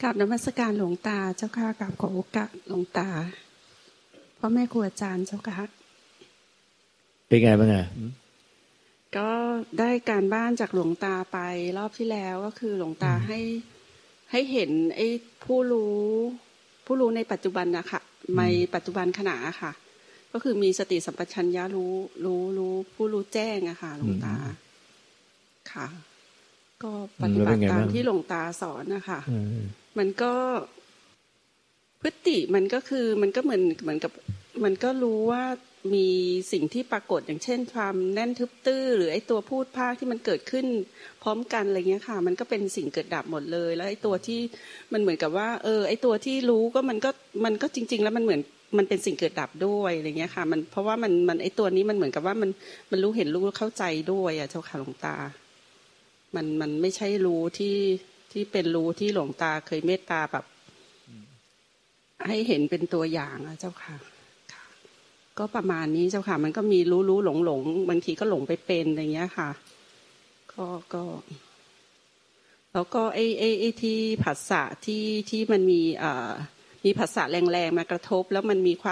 กราบนมัสการหลวงตาเจ้าค่ะกราบขอโอกาสหลวงตาพ่อแม่ครูอาจารย์เจ้าค่ะเป็นไงบ้างก็ได้การบ้านจากหลวงตาไปรอบที่แล้วก็คือหลวงตาให้เห็นไอ้ผู้รู้ในปัจจุบันนะคะในปัจจุบันขณะค่ะก็คือมีสติสัมปชัญญะรู้ผู้รู้แจ้งอะค่ะหลวงตาค่ะก็ปฏิบัติตามที่หลวงตาสอนนะคะมันก็พฤติมันก็คือมันก็เหมือนกับมันก็รู้ว่ามีสิ่งที่ปรากฏอย่างเช่นความแน่นทึบตื้อหรือไอ้ตัวพูดภาคที่มันเกิดขึ้นพร้อมกันอะไรเงี้ยค่ะมันก็เป็นสิ่งเกิดดับหมดเลยแล้วไอ้ตัวที่มันเหมือนกับว่าไอ้ตัวที่รู้ก็มันก็จริงๆแล้วมันเหมือนมันเป็นสิ่งเกิดดับด้วยอะไรเงี้ยค่ะมันเพราะว่ามันไอ้ตัวนี้มันเหมือนกับว่ามันรู้เห็นรู้เข้าใจด้วยอ่ะเจ้าค่ะหลวงตามันไม่ใช่รู้ที่เป็นรู้ที่หลวงตาเคยเมตตาแบบให้เห็นเป็นตัวอย่างอ่ะเจ้าค่ะก็ประมาณนี้เจ้าค่ะมันก็มีรู้หลงบางทีก็หลงไปเป็นอะไรเงี้ยค่ะก็แล้วก็ไอ้ที่ผัสสะที่มันมีผัสสะแรงๆมากระทบแล้วมันมี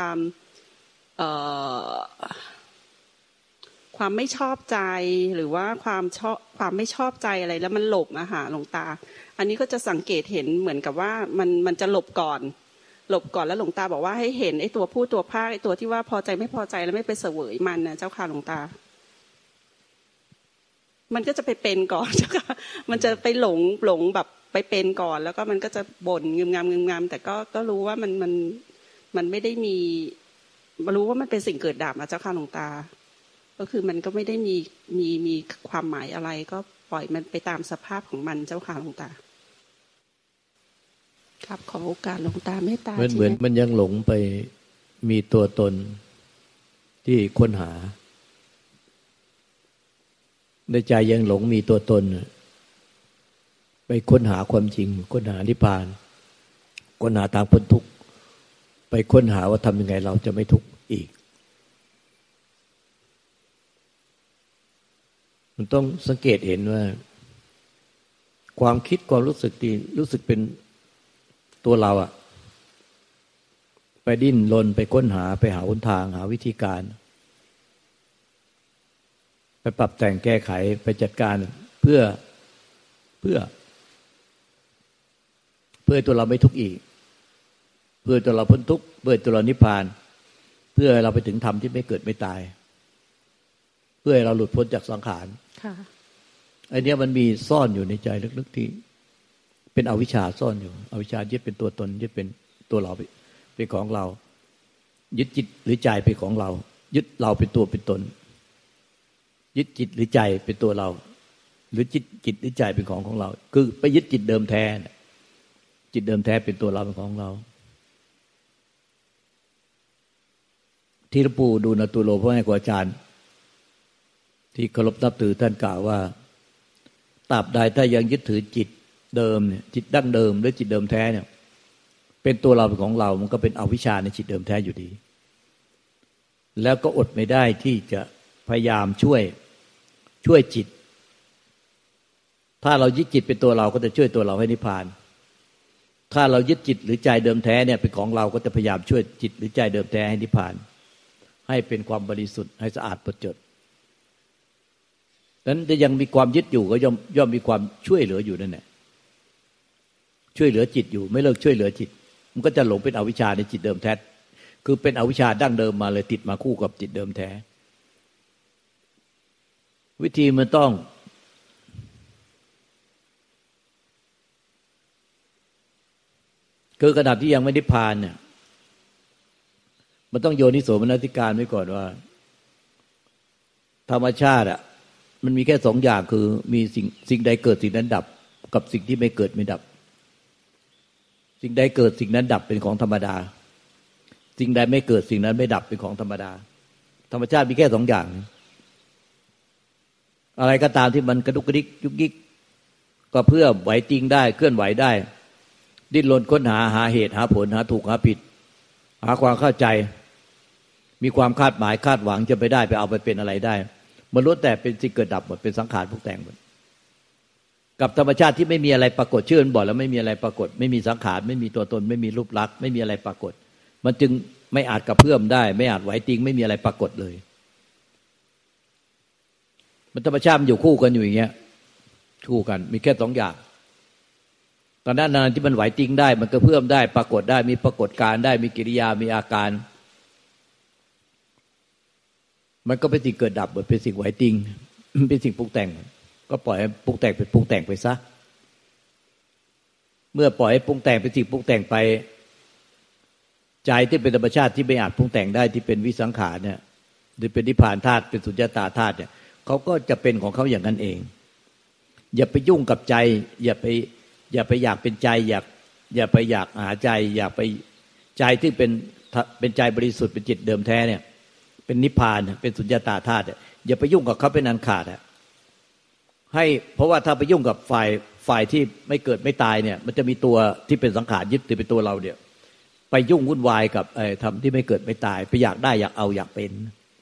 ความไม่ชอบใจหรือว่าความไม่ชอบใจอะไรแล้วมันหลบอะค่ะหลวงตาอันนี้ก็จะสังเกตเห็นเหมือนกับว่ามันจะหลบก่อนแล้วหลวงตาบอกว่าให้เห็นไอ้ตัวพูดตัวภาคไอ้ตัวที่ว่าพอใจไม่พอใจแล้วไม่ไปเสวยมันนะเจ้าค่ะหลวงตามันก็จะไปเป็นก่อนเจ้าค่ะมันจะไปหลงแบบไปเป็นก่อนแล้วก็มันก็จะบ่นงึมงำแต่ก็รู้ว่ามันไม่ได้มีรู้ว่ามันเป็นสิ่งเกิดดับอะเจ้าค่ะหลวงตาก็คือมันก็ไม่ได้มีความหมายอะไรก็ปล่อยมันไปตามสภาพของมันเจ้าค่ะหลวงตาครับขอโอกาสหลวงตาเมตตาเหมือนมันยังหลงไปมีตัวตนที่ค้นหาในใจยังหลงมีตัวตนไปค้นหาความจริงค้นหานิพพานค้นหาทางพ้นทุกข์ไปค้นหาว่าทำยังไงเราจะไม่ทุกข์อีกมันต้องสังเกตเห็นว่าความคิดความรู้สึกที่รู้สึกเป็นตัวเราอะไปดิ้นรนไปค้นหาไปหาหนทางหาวิธีการไปปรับแต่งแก้ไขไปจัดการเพื่อตัวเราไม่ทุกข์อีกเพื่อตัวเราพ้นทุกข์เพื่อตัวเรานิพพานเพื่อเราไปถึงธรรมที่ไม่เกิดไม่ตายเพื่อให้เราหลุดพ้นจากสังขารไอ้นี้มันมีซ่อนอยู่ในใจลึกๆที่เป็นอวิชชาซ่อนอยู่อวิชชายึดเป็นตัวตนยึดเป็นตัวเราเป็นของเรายึดจิตหรือใจเป็นของเรายึดเราเป็นตัวเป็นตนยึดจิตหรือใจเป็นตัวเราหรือจิตหรือใจเป็นของเราคือไปยึดจิตเดิมแท้จิตเดิมแท้เป็นตัวเราเป็นของเราที่หลวงปู่ดูลตุโลพระแม่ครูอาจารย์ที่เคารพนับถือท่านกล่าวว่าตราบใดถ้ายังยึดถือจิตเดิมเนี่ยจิตดั้งเดิมหรือจิตเดิมแท้เนี่ยเป็นตัวเราเป็นของเรามันก็เป็นอวิชชาในจิตเดิมแท้อยู่ดีแล้วก็อดไม่ได้ที่จะพยายามช่วยจิตถ้าเรายึดจิตเป็นตัวเราก็จะช่วยตัวเราให้นิพพานถ้าเรายึดจิตหรือใจเดิมแท้เนี่ยเป็นของเราก็จะพยายามช่วยจิตหรือใจเดิมแท้ให้นิพพานให้เป็นความบริสุทธิ์ให้สะอาดหมดจดนั้นจะยังมีความยึดอยู่ก็ย่อมมีความช่วยเหลืออยู่นั่นแหละช่วยเหลือจิตอยู่ไม่เลิกช่วยเหลือจิตมันก็จะหลงเป็นอวิชชาในจิตเดิมแท้คือเป็นอวิชชาดั้งเดิมมาเลยติดมาคู่กับจิตเดิมแท้วิธีมันต้องคือขณะที่ยังไม่นิพพานเนี่ยมันต้องโยนิโสมนสิการไว้ก่อนว่าธรรมชาติอ่ะมันมีแค่สองอย่างคือมีสิ่งใดเกิดสิ่งนั้นดับกับสิ่งที่ไม่เกิดไม่ดับสิ่งใดเกิดสิ่งนั้นดับเป็นของธรรมดาสิ่งใดไม่เกิดสิ่งนั้นไม่ดับเป็นของธรรมดาธรรมชาติมีแค่สองอย่างอะไรก็ตามที่มันกระดุกกระดิกยุกยิกก็เพื่อไหวติงได้เคลื่อนไหวได้ดิ้นรนค้นหาเหตุหาผลหาถูกหาผิดหาความเข้าใจมีความคาดหมายคาดหวังจะไปได้ไปเอาไปเป็นอะไรได้มันล้วนแต่เป็นสิ่งเกิดดับหมดเป็นสังขารปรุงแต่งหมดกับธรรมชาติที่ไม่มีอะไรปรากฏชื่อมันบอกแล้วไม่มีอะไรปรากฏไม่มีสังขารไม่มีตัวตนไม่มีรูปลักษณ์ไม่มีอะไรปรากฏมันจึงไม่อาจกระเพื่อมได้ไม่อาจไหวติงไม่มีอะไรปรากฏเลยมันธรรมชาติมันอยู่คู่กันอยู่อย่างเงี้ยคู่กันมีแค่2อย่างตอนนั้นที่มันไหวติงได้มันกระเพื่อมได้ปรากฏได้มีปรากฏการได้มีกิริยามีอาการมันก็เป็นสิ่งเกิดดับเป็นสิ่งไหวติงเป็นสิ่งปรุงแต่งก็ปล่อยให้ปรุงแต่งเป็นปรุงแต่งไปซะเมื่อปล่อยให้ปรุงแต่งเป็นสิ่งปรุงแต่งไปใจที่เป็นธรรมชาติที่ไม่อาจปรุงแต่งได้ที่เป็นวิสังขารเนี่ยหรือเป็นนิพพานธาตุเป็นสุญญตาธาตุเนี่ยเขาก็จะเป็นของเขาอย่างนั้นเองอย่าไปยุ่งกับใจอย่าไปอยากเป็นใจอย่าไปอยากหาใจอย่าไปใจที่เป็นใจบริสุทธิ์เป็นจิตเดิมแท้เนี่ยเป็นนิพพานเป็นสุญญตาธาตุอย่าไปยุ่งกับเขาเป็นอันขาดให้เพราะว่าถ้าไปยุ่งกับฝ่ายที่ไม่เกิดไม่ตายเนี่ยมันจะมีตัวที่เป็นสังขารยึดถือเป็นตัวเราเนี่ยไปยุ่งวุ่นวายกับธรรมที่ไม่เกิดไม่ตายไปอยากได้อยากเอาอยากเป็น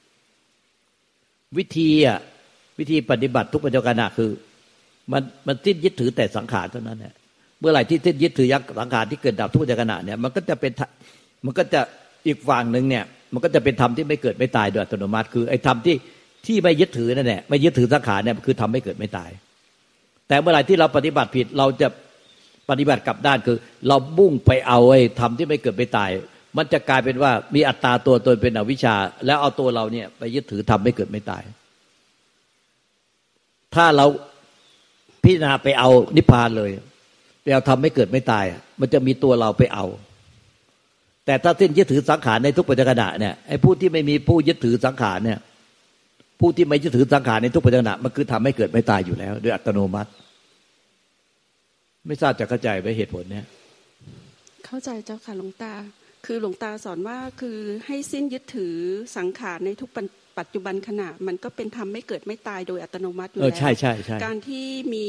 วิธีปฏิบัติทุกปัจจุบันคือมันสิ้นยึดถือแต่สังขารเท่านั้นแหละเมื่อไหร่ที่สิ้นยึดถือยักษ์สังขารที่เกิดดับทุกปัจจุบันเนี่ยมันก็จะอีกฝั่งนึงเนี่ยมันก็จะเป็นธรรมที่ไม่เกิดไม่ตายโดยอัตโนมัติคือไอ้ธรรมที่ไม่ยึดถือนั่นแหละไม่ยึดถือสังขารเนี่ยคือทำไม่เกิดไม่ตายแต่เมื่อไหร่ที่เราปฏิบัติผิดเราจะปฏิบัติกลับด้านคือเรามุ่งไปเอาไอ้ธรรมที่ไม่เกิดไม่ตายมันจะกลายเป็นว่ามีอัตตาตัวตนเป็นอวิชชาแล้วเอาตัวเราเนี่ยไปยึดถือธรรมไม่เกิดไม่ตายถ้าเราพิจารณาไปเอานิพพานเลยไปเอาธรรมไม่เกิดไม่ตายมันจะมีตัวเราไปเอาแต่ถ้าสิ้นยึดถือสังขารในทุกปัจจุบันเนี่ยไอ้ผู้ที่ไม่มีผู้ยึดถือสังขารเนี่ยผู้ที่ไม่ยึดถือสังขารในทุกปัจจุบันมันคือทำให้เกิดไม่ตายอยู่แล้วโดยอัตโนมัติไม่ทราบจะเข้าใจไหมเหตุผลเนี่ยเข้าใจเจ้าค่ะหลวงตาคือหลวงตาสอนว่าคือให้สิ้นยึดถือสังขารในทุกปัจจุบันขณะมันก็เป็นทำไม่เกิดไม่ตายโดยอัตโนมัติอยู่แล้วใช่ใช่ใช่การที่มี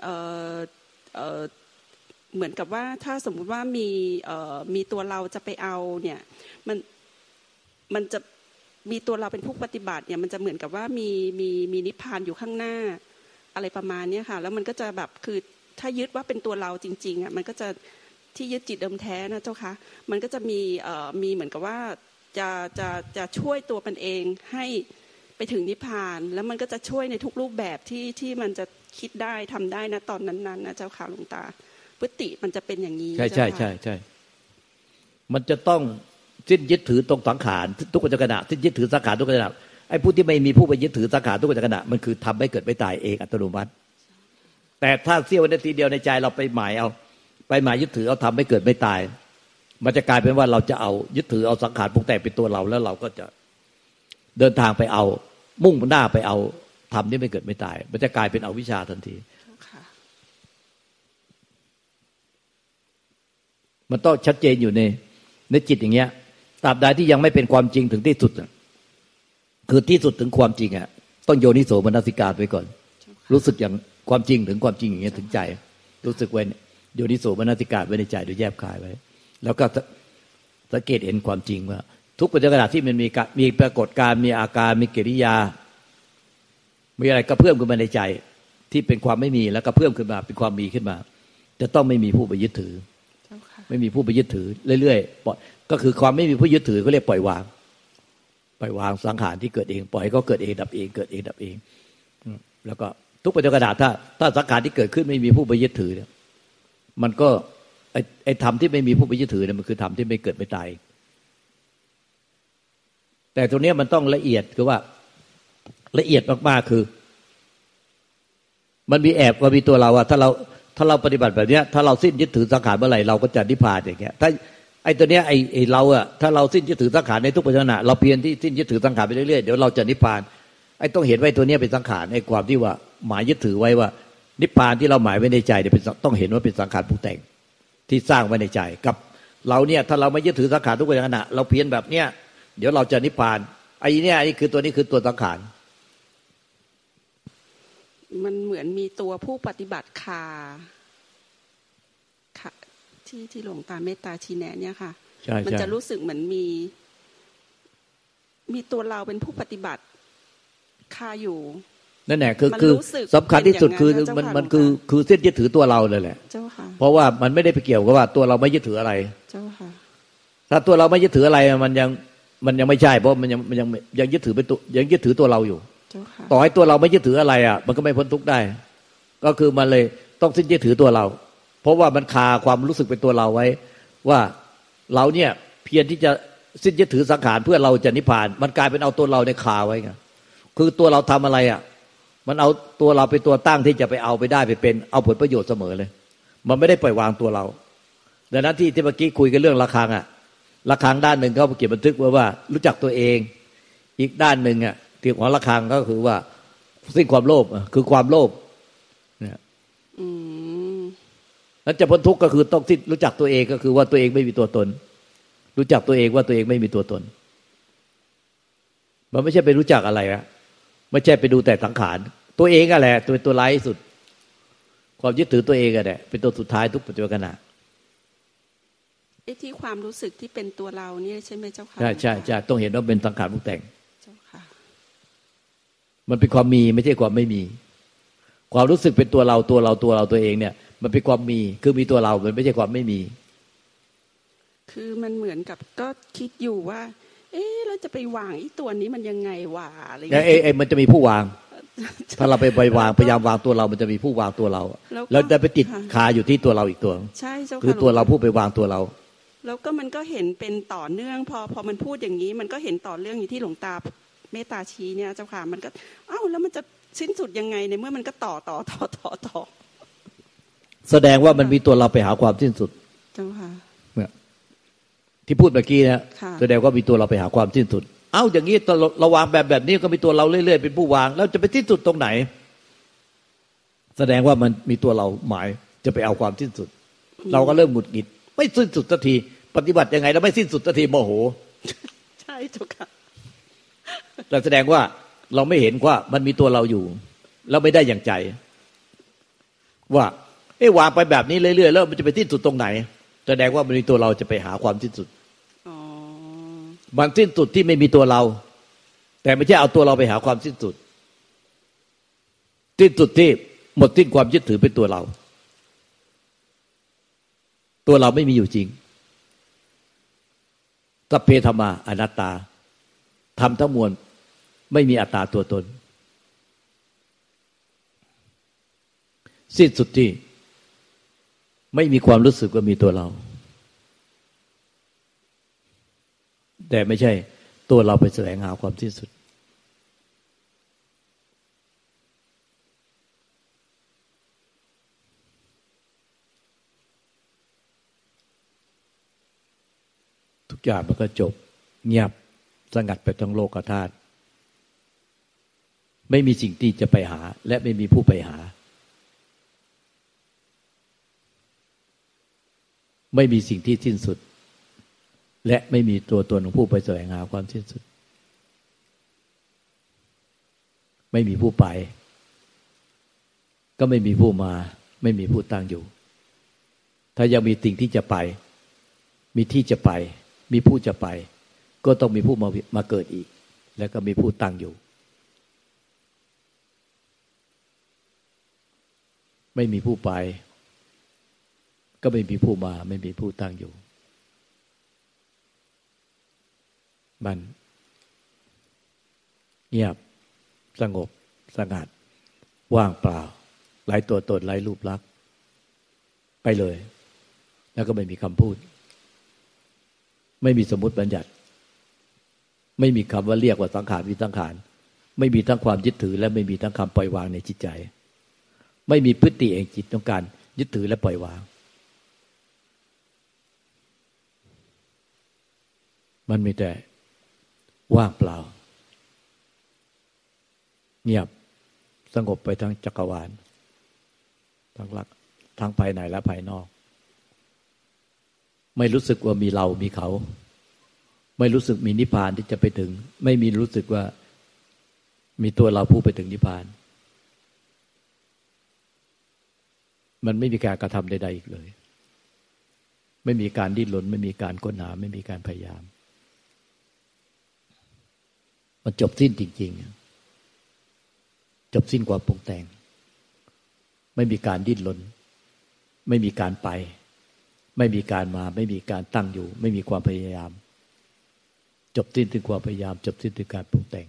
เหมือนกับว่าถ้าสมมุติว่ามีตัวเราจะไปเอาเนี่ยมันจะมีตัวเราเป็นผู้ปฏิบัติเนี่ยมันจะเหมือนกับว่ามีนิพพานอยู่ข้างหน้าอะไรประมาณนี้ค่ะแล้วมันก็จะแบบคือถ้ายึดว่าเป็นตัวเราจริงๆอ่ะมันก็จะที่ยึดจิตเดิมแท้นะเจ้าค่ะมันก็จะมีเหมือนกับว่าจะช่วยตัวมันเองให้ไปถึงนิพพานแล้วมันก็จะช่วยในทุกรูปแบบที่มันจะคิดได้ทำได้นะตอนนั้นๆนะเจ้าค่ะหลวงตาพฤติมันจะเป็นอย่างนี้ใช่ใช่ใช่ใช่มันจะต้องสิ้นยึดถือตรงสังขารทุกขณะสิ้นยึดถือสังขารทุกขณะไอ้ผู้ที่ไม่มีผู้ไปยึดถือสังขารทุกขณะมันคือทำให้เกิดไม่ตายเองอัตโนมัติแต่ถ้าเสี้ยวนาทีเดียวในใจเราไปหมายยึดถือเอาทำให้เกิดไม่ตายมันจะกลายเป็นว่าเราจะเอายึดถือเอาสังขารปรุงแต่งเป็นตัวเราแล้วเราก็จะเดินทางไปเอามุ่งหน้าไปเอาทำที่ไม่เกิดไม่ตายมันจะกลายเป็นอวิชชาทันทีมันต้องชัดเจนอยู่ในจิตอย่างเงี้ยตราบใดที่ยังไม่เป็นความจริงถึงที่สุดคือที่สุดถึงความจริงต้องโยนิโสมนสิการไว้ก่อนรู้สึกอย่างความจริงถึงความจริงอย่างเงี้ยถึงใจรู้สึกไว้โยนิโสมนสิการไว้ในใจโดยแยบคายไว้แล้วก็สังเกตเห็นความจริงว่าทุกปัจจุบันที่มันมีปรากฏการมีอาการมีกิริยามีอะไรก็เพิ่มขึ้นมาในใจที่เป็นความไม่มีแล้วก็เพิ่มขึ้นมาเป็นความมีขึ้นมาจะต้องไม่มีผู้ไปยึดถือไม่มีผู้ไปยึดถือเรื่อยๆก็คือความไม่มีผู้ยึดถือก็เรียกปล่อยวางสังขารที่เกิดเองปล่อยก็เกิดเองดับเองเกิดเองดับเองแล้วก็ทุกปัจจุบันถ้าสังขารที่เกิดขึ้นไม่มีผู้ไปยึดถือเนี่ยมันก็ไอ้ธรรมที่ไม่มีผู้ไปยึดถือเนี่ยมันคือธรรมที่ไม่เกิดไม่ตายแต่ตรงนี้มันต้องละเอียดคือว่าละเอียดมากๆคือมันมีแอบว่ามีตัวเราถ้าเราปฏิบัติแบบนี้ถ้าเราสิ้นยึดถือสังขารเมื่อไหร่เราก็จะนิพพานอย่างเงี้ยถ้าไอ้ตัวเนี้ยไอ้เราถ้าเราสิ้นยึดถือสังขารในทุกปัจจุบันเราเพียรที่สิ้นยึดถือสังขารไปเรื่อยๆเดี๋ยวเราจะนิพพานไอ้ต้องเห็นไว้ตัวเนี้ยเป็นสังขารไอ้ความที่ว่าหมายยึดถือไว้ว่านิพพานที่เราหมายไว้ในใจเนี่ยต้องเห็นว่าเป็นสังขารปรุงแต่งที่สร้างไว้ในใจกับเราเนี่ยถ้าเราไม่ยึดถือสังขารทุกปัจจุบันเราเพียรแบบเนี้ยเดี๋ยวเราจะนิพพานไอ้เนี่ยไอ้คือตัวนี้คือตัวสังขารมันเหมือนมีตัวผู้ปฏิบัติค่ะที่หลวงตาเมตตาชี้แนะเนี่ยค่ะมันจะรู้สึกเหมือนมีตัวเราเป็นผู้ปฏิบัติคาอยู่นั่นแหละคือสำคัญที่สุดคือมันคือเส้นยึดถือตัวเราเลยแหละเจ้าค่ะเพราะว่ามันไม่ได้ไปเกี่ยวกับว่าตัวเราไม่ยึดถืออะไรเจ้าค่ะถ้าตัวเราไม่ยึดถืออะไรมันยังไม่ใช่เพราะมันยังยึดถือเป็นตัวยังยึดถือตัวเราอยู่ต่อให้ตัวเราไม่ยึดถืออะไรอ่ะมันก็ไม่พ้นทุกข์ได้ก็คือมันเลยต้องสิ้นยึดถือตัวเราเพราะว่ามันคาความรู้สึกเป็นตัวเราไว้ว่าเราเนี่ยเพียรที่จะสิ้นยึดถือสังขารเพื่อเราจะนิพพานมันกลายเป็นเอาตัวเราในคาไว้ไงคือตัวเราทำอะไรอ่ะมันเอาตัวเราเป็นตัวตั้งที่จะไปเอาไปได้ไปเป็นเอาผลประโยชน์เสมอเลยมันไม่ได้ปล่อยวางตัวเราดังนั้นที่เมื่อกี้คุยกันเรื่องระฆังอ่ะระฆังด้านหนึ่งเขาเขียนบันทึกไว้ว่ารู้จักตัวเองอีกด้านหนึ่งอ่ะที่ของระฆังก็คือว่าสิ้นความโลภคือความโลภเนี่ยนั้นจะพ้นทุกข์ก็คือต้องที่รู้จักตัวเองก็คือว่าตัวเองไม่มีตัวตนรู้จักตัวเองว่าตัวเองไม่มีตัวตนมันไม่ใช่ไปรู้จักอะไรอะไม่ใช่ไปดูแต่สังขารตัวเองอะแหละตัวร้ายที่สุดความยึดถือตัวเองอะแหละเป็นตัวสุดท้ายทุกปัจจุบันขณะไอ้ที่ความรู้สึกที่เป็นตัวเราเนี่ยใช่ไหมเจ้าค่ะใช่ต้องเห็นว่าเป็นสังขารปรุงแต่งเจ้าค่ะมันเป็นความมีไม่ใช่ความไม่มีความรู้สึกเป็นตัวเราตัวเองเนี่ยมันเป็นความมีคือมีตัวเรามันไม่ใช่ความไม่มีคือมันเหมือนกับก็คิดอยู่ว่าเราจะไปวางไอ้ตัวนี้มันยังไงวะอะไรอย่างเงี้ยมันจะมีผู้วางถ้าเราไปวางพยายามวางตัวเรามันจะมีผู้วางตัวเราแล้วจะไปติดคาอยู่ที่ตัวเราอีกตัวใช่เจ้าค่ะคือตัวเราผู้ไปวางตัวเราแล้วก็มันก็เห็นเป็นต่อเนื่องพอมันพูดอย่างนี้มันก็เห็นต่อเรื่องอยู่ที่หลวงตาเมตตาชี้เนี่ยเจ้าค่ะมันก็แล้วมันจะสิ้นสุดยังไงในเมื่อมันก็ต่อแสดงว่ามันมีตัวเราไปหาความสิ้นสุดเจ้าค่ะที่พูดเมื่อกี้นะแสดงว่ามีตัวเราไปหาความสิ้นสุดอย่างนี้เราวางแบบนี้ก็มีตัวเราเรื่อยๆเป็นผู้วางแล้วจะไปสิ้นสุดตรงไหนแสดงว่ามันมีตัวเราหมายจะไปเอาความสิ้นสุดเราก็เริ่มหงุดหงิดไม่สิ้นสุดสักทีปฏิบัติยังไงแล้วไม่สิ้นสุดสักทีโมโหใช่เจ้าค่ะแสดงว่าเราไม่เห็นว่ามันมีตัวเราอยู่แล้วไม่ได้อย่างใจว่าวางไปแบบนี้เรื่อยๆแล้วมันจะไปสิ้นสุดตรงไหนแสดงว่ามันมีตัวเราจะไปหาความสิ้นสุดมันสิ้นสุดที่ไม่มีตัวเราแต่ไม่ใช่เอาตัวเราไปหาความสิ้นสุดสิ้นสุดที่หมดสิ้นความยึดถือเป็นตัวเราไม่มีอยู่จริงสัพเพธัมมาอนัตตาธรรมทั้งมวลไม่มีอัตตาตัวตนสิ้นสุดที่ไม่มีความรู้สึกว่ามีตัวเราแต่ไม่ใช่ตัวเราไปแสวงหาความสิ้นสุดทุกอย่างมันก็จบเงียบสงัดไปทั้งโลกธาตุไม่มีสิ่งที่จะไปหาและไม่มีผู้ไปหาไม่มีสิ่งที่สิ้นสุดและไม่มีตัวตนของผู้ไปแสวงหาความสิ้นสุดไม่มีผู้ไปก็ไม่มีผู้มาไม่มีผู้ตั้งอยู่ถ้ายังมีสิ่งที่จะไปมีที่จะไปมีผู้จะไปก็ต้องมีผู้มาเกิดอีกแล้วก็มีผู้ตั้งอยู่ไม่มีผู้ไปก็ไม่มีผู้มาไม่มีผู้ตั้งอยู่มันเงียบสงบสงัดว่างเปล่าไร้ตัวตนไร้รูปลักษณ์ไปเลยแล้วก็ไม่มีคำพูดไม่มีสมมุติบัญญัติไม่มีคำว่าเรียกว่าสังขารวิสังขารไม่มีทั้งความยึดถือและไม่มีทั้งคำปล่อยวางในจิตใจไม่มีพฤติแห่งจิตต้องการยึดถือและปล่อยวางมันมีแต่ว่างเปล่าเงียบสงบไปทั้งจักรวาลทั้งหลักทั้งภายในและภายนอกไม่รู้สึกว่ามีเรามีเขาไม่รู้สึกมีนิพพานที่จะไปถึงไม่มีรู้สึกว่ามีตัวเราผู้ไปถึงนิพพานมันไม่มีการกระทำใดๆอีกเลยไม่มีการดิ้นรนไม่มีการค้นหาไม่มีการพยายามมันจบสิ้นจริงจบสิ้นความปรุงแต่งไม่มีการดิ้นรนไม่มีการไปไม่มีการมาไม่มีการตั้งอยู่ไม่มีความพยายามจบสิ้นถึงความพยายามจบสิ้นถึงการปรุงแต่ง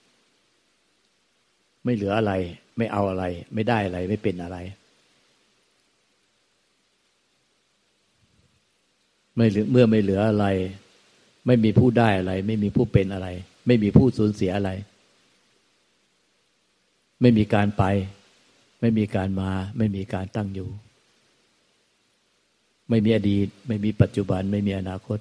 ไม่เหลืออะไรไม่เอาอะไรไม่ได้อะไรไม่เป็นอะไรไม่เหลือเมื่อไม่เหลืออะไรไม่มีผู้ได้อะไรไม่มีผู้เป็นอะไรไม่มีผู้สูญเสียอะไรไม่มีการไปไม่มีการมาไม่มีการตั้งอยู่ไม่มีอดีตไม่มีปัจจุบันไม่มีอนาคต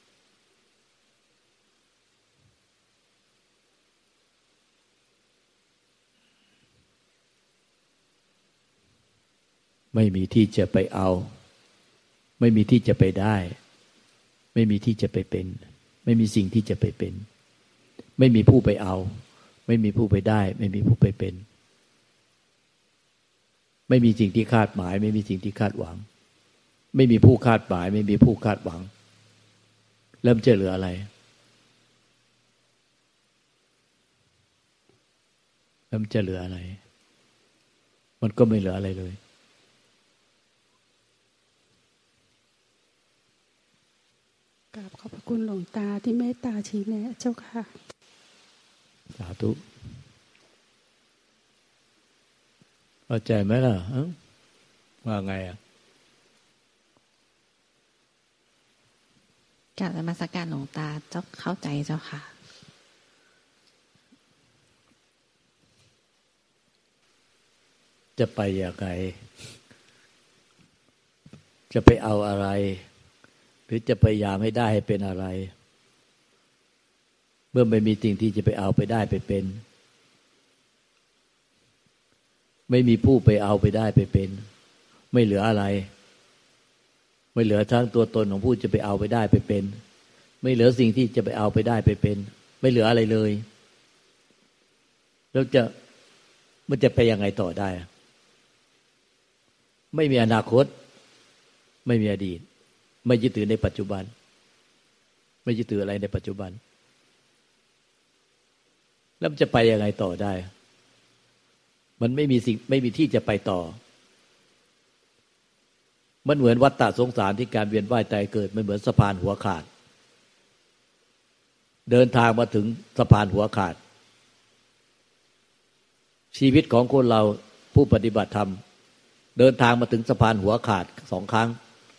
ไม่มีที่จะไปเอาไม่มีที่จะไปได้ไม่มีที่จะไปเป็นไม่มีสิ่งที่จะไปเป็นไม่มีผู้ไปเอาไม่มีผู้ไปได้ไม่มีผู้ไปเป็นไม่มีสิ่งที่คาดหมายไม่มีสิ่งที่คาดหวังไม่มีผู้คาดหมายไม่มีผู้คาดหวังแล้วมันจะเหลืออะไรแล้วมันจะเหลืออะไรมันก็ไม่เหลืออะไรเลยกราบขอบพระคุณหลวงตาที่เมตตาชี้แนะเจ้าค่ะสาธุเข้าใจไหมล่ะว่าไงอ่ะกราบนมัสการหลวงตาเจ้าเข้าใจเจ้าค่ะจะไปอย่างไรจะไปเอาอะไรหรือจะพยายามให้ได้ให้เป็นอะไรเมื่อไม่มีสิ่งที่จะไปเอาไปได้ไปเป็นไม่มีผู้ไปเอาไปได้ไปเป็นไม่เหลืออะไรไม่เหลือทั้งตัวตนของผู้จะไปเอาไปได้ไปเป็นไม่เหลือสิ่งที่จะไปเอาไปได้ไปเป็นไม่เหลืออะไรเลยแล้วมันจะไปยังไงต่อได้ไม่มีอนาคตไม่มีอดีตไม่ยึดถือในปัจจุบันไม่ยึดถืออะไรในปัจจุบันแล้วมันจะไปยังไงต่อได้มันไม่มีสิ่งไม่มีที่จะไปต่อมันเหมือนวัฏฏะสงสารที่การเวียนว่ายตายเกิดมันเหมือนสะพานหัวขาดเดินทางมาถึงสะพานหัวขาดชีวิตของคนเราผู้ปฏิบัติธรรมเดินทางมาถึงสะพานหัวขาด2 ครั้ง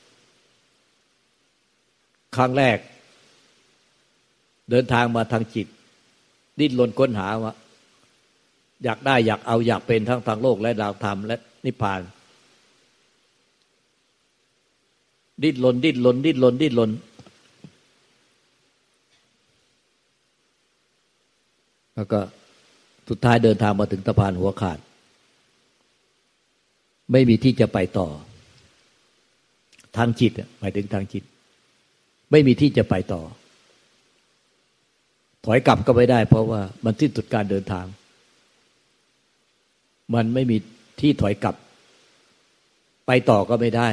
ครั้งแรกเดินทางมาทางจิตดิ้นรนค้นหาว่าอยากได้อยากเอาอยากเป็นทั้งทางโลกและทางธรรมและนิพพานดิ้นรนแล้วก็สุดท้ายเดินทางมาถึงสะพานหัวขาดไม่มีที่จะไปต่อทางจิตหมายถึงทางจิตไม่มีที่จะไปต่อถอยกลับก็ไม่ได้เพราะว่ามันสิ้นสุดการเดินทางมันไม่มีที่ถอยกลับไปต่อก็ไม่ได้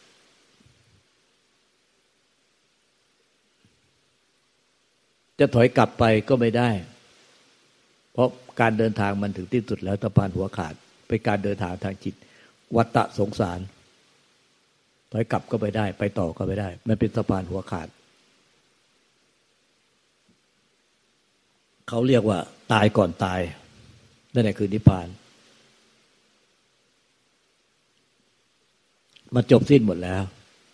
จะถอยกลับไปก็ไม่ได้เพราะการเดินทางมันถึงที่สุดแล้วสะพานหัวขาดเป็นการเดินทางทางจิตวัฏฏะสงสารถอยกลับก็ไม่ได้ไปต่อก็ไม่ได้มันเป็นสะพานหัวขาดเขาเรียกว่าตายก่อนตายนั่นแหละคือนิพพานมันจบสิ้นหมดแล้ว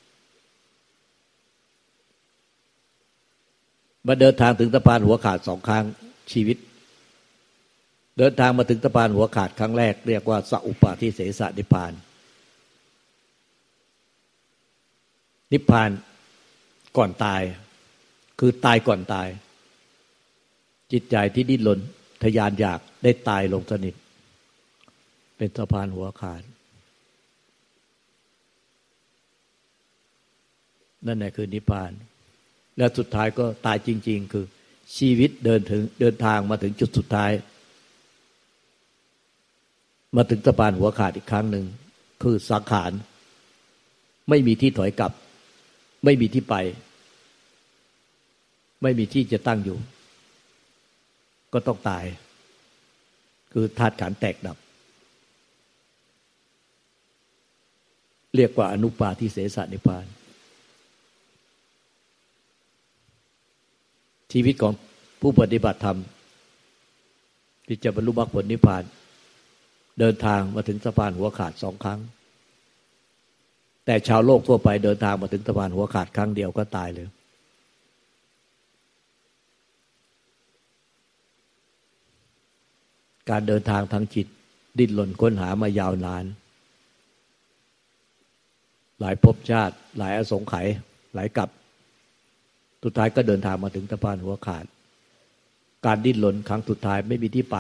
มาเดินทางถึงสะพานหัวขาด2 ครั้งชีวิตเดินทางมาถึงสะพานหัวขาดครั้งแรกเรียกว่าสัพอุปาทิเสสนิพพานนิพพานก่อนตายคือตายก่อนตายจิตใจที่ดิ้นรนทะยานอยากได้ตายลงสนิทเป็นสะพานหัวขาดนั่นแหละคือนิพพานและสุดท้ายก็ตายจริงๆคือชีวิตเดินทางมาถึงจุดสุดท้ายมาถึงสะพานหัวขาดอีกครั้งหนึ่งคือสังขารไม่มีที่ถอยกลับไม่มีที่ไปไม่มีที่จะตั้งอยู่ก็ต้องตายคือธาตุขันธ์แตกดับเรียกว่าอนุปาทิเสสนิพพานชีวิตของผู้ปฏิบัติธรรมที่จะบรรลุมรรคผลนิพพานเดินทางมาถึงสะพานหัวขาด2 ครั้งแต่ชาวโลกทั่วไปเดินทางมาถึงสะพานหัวขาดครั้งเดียวก็ตายเลยการเดินทางทางจิตดิ้นรนค้นหามายาวนานหลายภพชาติหลายอสงไขยหลายกับสุดท้ายก็เดินทางมาถึงสะพานหัวขาดการดิ้นรนครั้งสุดท้ายไม่มีที่ไป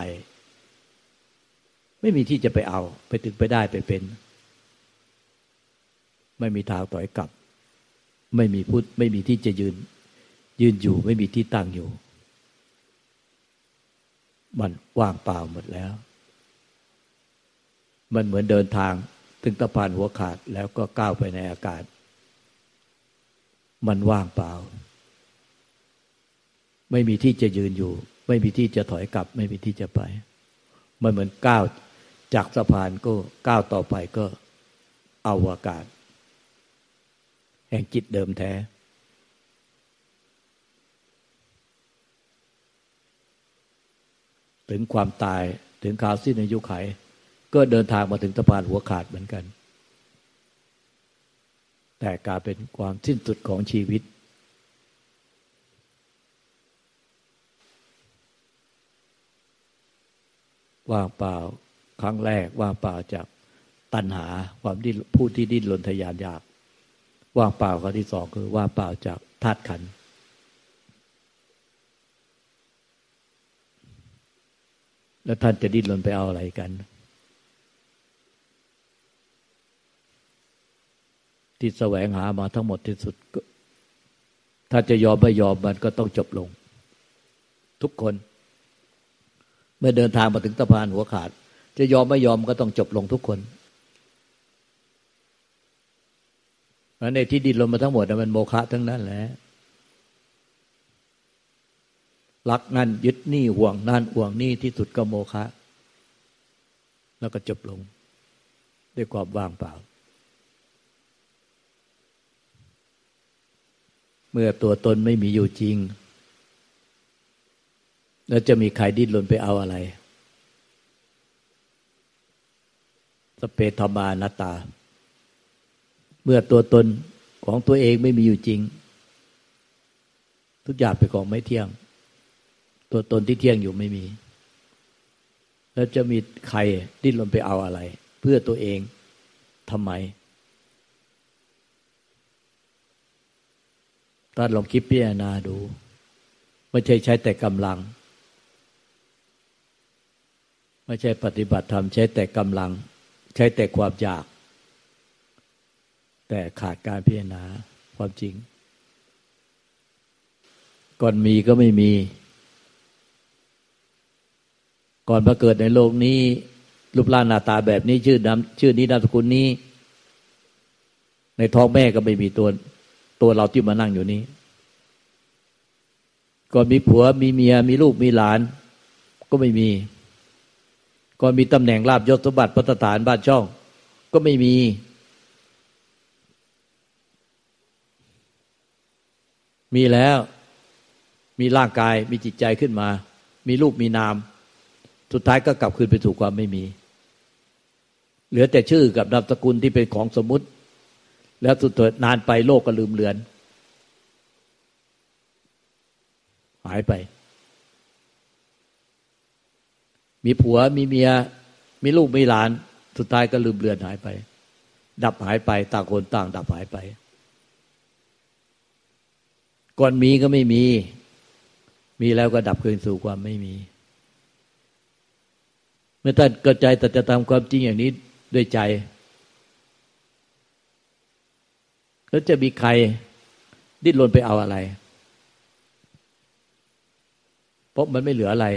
ไม่มีที่จะไปเอาไปถึงไปได้ไปเป็นไม่มีทางถอยกลับไม่มีพุทธไม่มีที่จะยืนอยู่ไม่มีที่ตั้งอยู่มันว่างเปล่าหมดแล้วมันเหมือนเดินทางถึงสะพานหัวขาดแล้วก็ก้าวไปในอากาศมันว่างเปล่าไม่มีที่จะยืนอยู่ไม่มีที่จะถอยกลับไม่มีที่จะไปมันเหมือนก้าวจากสะพานก็ก้าวต่อไปก็อวกาศแห่งจิตเดิมแท้ถึงความตายถึงข่าวสิ้นอายุขัยก็เดินทางมาถึงสะพานหัวขาดเหมือนกันแต่กลายเป็นความสิ้นสุดของชีวิตว่างเปล่าครั้งแรกว่างเปล่าจากตัณหาความดิ้นผู้ที่ดิ้นรนทยานอยากว่างเปล่าครั้งที่2คือว่างเปล่าจากธาตุขันธ์แล้วท่านจะดิ้นรนไปเอาอะไรกันที่แสวงหามาทั้งหมดที่สุดถ้าจะยอมไม่ยอมมันก็ต้องจบลงทุกคนเมื่อเดินทางมาถึงสะพานหัวขาดจะยอมไม่ยอมก็ต้องจบลงทุกคนเพราะในที่ดิ้นรนมาทั้งหมดมันโมฆะทั้งนั้นแหละรักนั่นยึดนี่ห่วงนั่นห่วงนี่ที่สุดก็โมฆะแล้วก็จบลงด้วยความว่างเปล่าเมื่อตัวตนไม่มีอยู่จริงแล้วจะมีใครดิ้นรนไปเอาอะไรสเปธามานัตตาเมื่อตัวตนของตัวเองไม่มีอยู่จริงทุกอย่างเป็นของไม่เที่ยงตัวตนที่เที่ยงอยู่ไม่มีแล้วจะมีใครดิ้นรนไปเอาอะไรเพื่อตัวเองทำไมท่านลองคิดพิจารณาดูไม่ใช่ใช้แต่กำลังไม่ใช่ปฏิบัติธรรมใช้แต่กำลังใช้แต่ความอยากแต่ขาดการพิจารณาความจริงก่อนมีก็ไม่มีก่อนมาเกิดในโลกนี้รูปร่างหน้าตาแบบนี้ชื่อนี้นามสกุลนี้ในท้องแม่ก็ไม่มีตัวเราที่มานั่งอยู่นี้ก่อนมีผัวมีเมียมีลูกมีหลานก็ไม่มีก่อนมีตำแหน่งลาภยศสมบัติภัตตานบ้านช่องก็ไม่มีแล้วมีร่างกายมีจิตใจขึ้นมามีรูปมีนามสุดท้ายก็กลับคืนไปสู่ความไม่มีเหลือแต่ชื่อกับนามสกุลที่เป็นของสมมุติแล้วสุดท้ายนานไปโลกก็ลืมเลือนหายไปมีผัวมีเมียมีลูกมีหลานสุดท้ายก็ลืมเลือนหายไปดับหายไปต่างคนต่างดับหายไปก่อนมีก็ไม่มีแล้วก็ดับคืนสู่ความไม่มีเมื่อท่านเข้าใจแต่จะทำความจริงอย่างนี้ด้วยใจแล้วจะมีใครดิ้นรนไปเอาอะไรเพราะมันไม่เหลืออะไร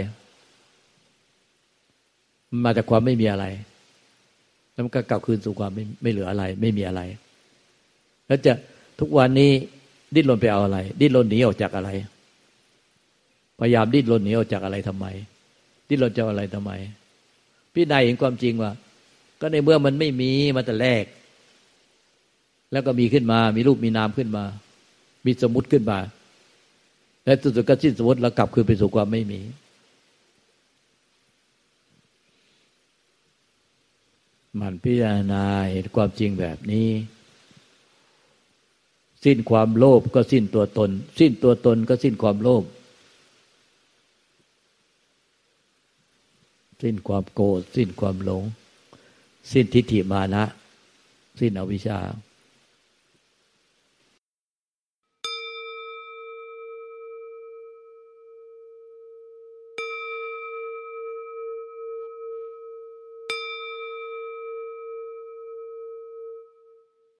มันมาจากความไม่มีอะไรแล้วมันก็กลับคืนสู่ความไม่เหลืออะไรไม่มีอะไรแล้วจะทุกวันนี้ดิ้นรนไปเอาอะไรดิ้นรนหนีออกจากอะไรพยายามดิ้นรนหนีออกจากอะไรทำไมดิ้นรนจากอะไรทำไมพิจารณาเห็นความจริงว่าก็ในเมื่อมันไม่มีมาแต่แรกแล้วก็มีขึ้นมามีรูปมีนามขึ้นมามีสมมุติขึ้นมาและสุดก็สิ้นสมมุติแล้วกลับคืนไปสู่ความไม่มีมันพิจารณาเห็นความจริงแบบนี้สิ้นความโลภก็สิ้นตัวตนสิ้นตัวตนก็สิ้นความโลภสิ้นความโกรธสิ้นความหลงสิ้นทิฏฐิมานะสิ้นอวิชชา